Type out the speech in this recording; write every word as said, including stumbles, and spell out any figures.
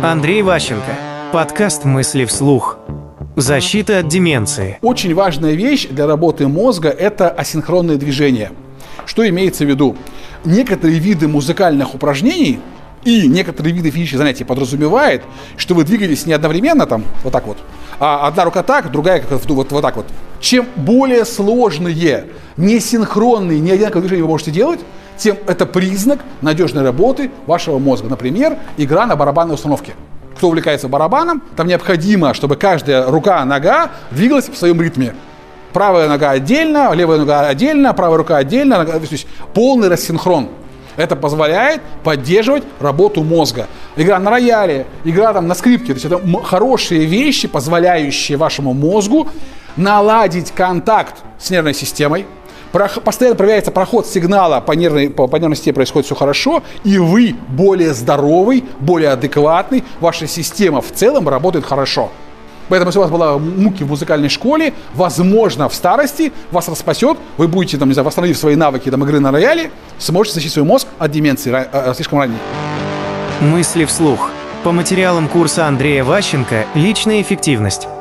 Андрей Ващенко. Подкаст «Мысли вслух». Защита от деменции. Очень важная вещь для работы мозга – это асинхронные движения. Что имеется в виду? Некоторые виды музыкальных упражнений и некоторые виды физических занятий подразумевают, что вы двигаетесь не одновременно, там, вот так вот, а одна рука так, другая как вот, вот так вот. Чем более сложные, несинхронные, не одинаковые движения вы можете делать, тем это признак надежной работы вашего мозга. Например, игра на барабанной установке. Кто увлекается барабаном, там необходимо, чтобы каждая рука, нога двигалась в своем ритме. Правая нога отдельно, левая нога отдельно, правая рука отдельно, нога, то есть полный рассинхрон. Это позволяет поддерживать работу мозга. Игра на рояле, игра там на скрипке, то есть это хорошие вещи, позволяющие вашему мозгу наладить контакт с нервной системой. Постоянно проверяется проход сигнала по нервной, по, по нервной системе, происходит все хорошо, и вы более здоровый, более адекватный, ваша система в целом работает хорошо. Поэтому, если у вас была муки в музыкальной школе, возможно, в старости вас распасет, вы будете, там, не знаю, восстановив свои навыки там, игры на рояле, сможете защитить свой мозг от деменции э, э, слишком ранней. Мысли вслух. По материалам курса Андрея Ващенко «Личная эффективность».